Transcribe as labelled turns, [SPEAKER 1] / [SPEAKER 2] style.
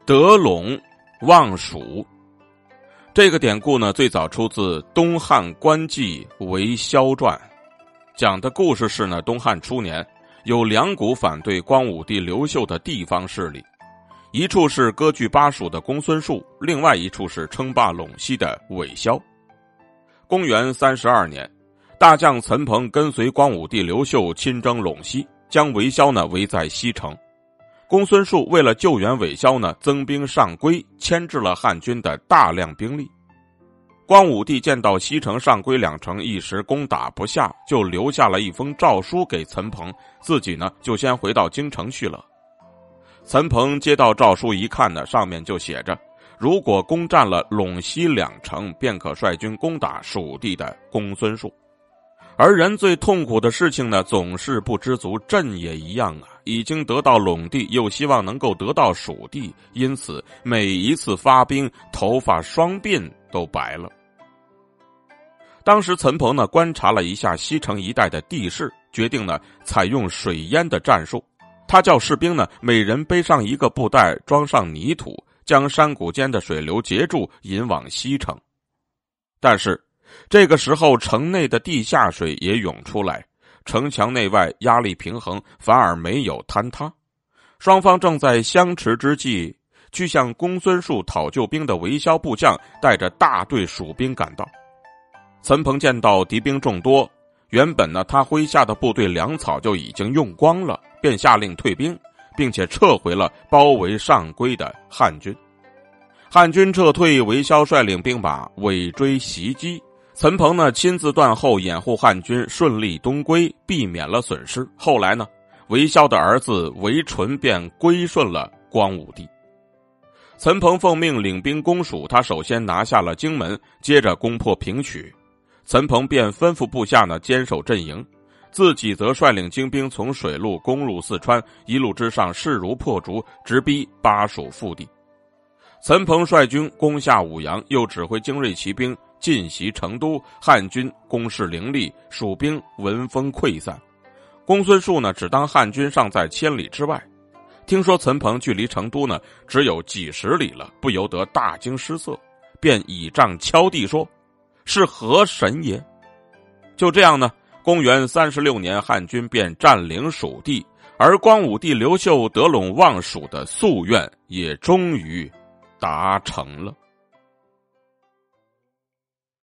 [SPEAKER 1] 得陇望蜀。这个典故呢，最早出自《东汉官纪韦骁传》，讲的故事是呢，东汉初年有两股反对光武帝刘秀的地方势力，一处是割据巴蜀的公孙述，另外一处是称霸陇西的韦骁。公元32年，大将岑彭跟随光武帝刘秀亲征陇西，将韦骁呢围在西城。公孙述为了救援韦骁呢，增兵上邽，牵制了汉军的大量兵力。光武帝见到西城、上邽两城一时攻打不下，就留下了一封诏书给岑彭，自己呢就先回到京城去了。岑彭接到诏书一看呢，上面就写着，如果攻占了陇西两城，便可率军攻打蜀地的公孙述。而人最痛苦的事情呢，总是不知足，朕也一样啊，已经得到陇地，又希望能够得到蜀地，因此每一次发兵，头发双鬓都白了。当时岑彭呢观察了一下西城一带的地势，决定呢采用水淹的战术。他叫士兵呢每人背上一个布袋，装上泥土，将山谷间的水流截住，引往西城。但是这个时候城内的地下水也涌出来，城墙内外压力平衡，反而没有坍塌。双方正在相持之际，去向公孙述讨救兵的韦骁部将带着大队蜀兵赶到。岑彭见到敌兵众多，原本呢他麾下的部队粮草就已经用光了，便下令退兵，并且撤回了包围上邽的汉军。汉军撤退，韦骁率领兵马尾追袭击，岑彭呢亲自断后，掩护汉军顺利东归，避免了损失。后来呢，韦骁的儿子韦纯便归顺了光武帝。岑彭奉命领兵攻蜀，他首先拿下了荆门，接着攻破平曲。岑彭便吩咐部下呢坚守阵营，自己则率领精兵从水路攻入四川，一路之上势如破竹，直逼巴蜀腹地。岑彭率军攻下武阳，又指挥精锐骑兵进袭成都，汉军攻势凌厉，蜀兵闻风溃散。公孙述呢只当汉军尚在千里之外，听说岑彭距离成都呢只有几十里了，不由得大惊失色，便倚杖敲地说，是何神也？就这样呢，公元36年，汉军便占领蜀地，而光武帝刘秀得陇望蜀的夙愿也终于达成了。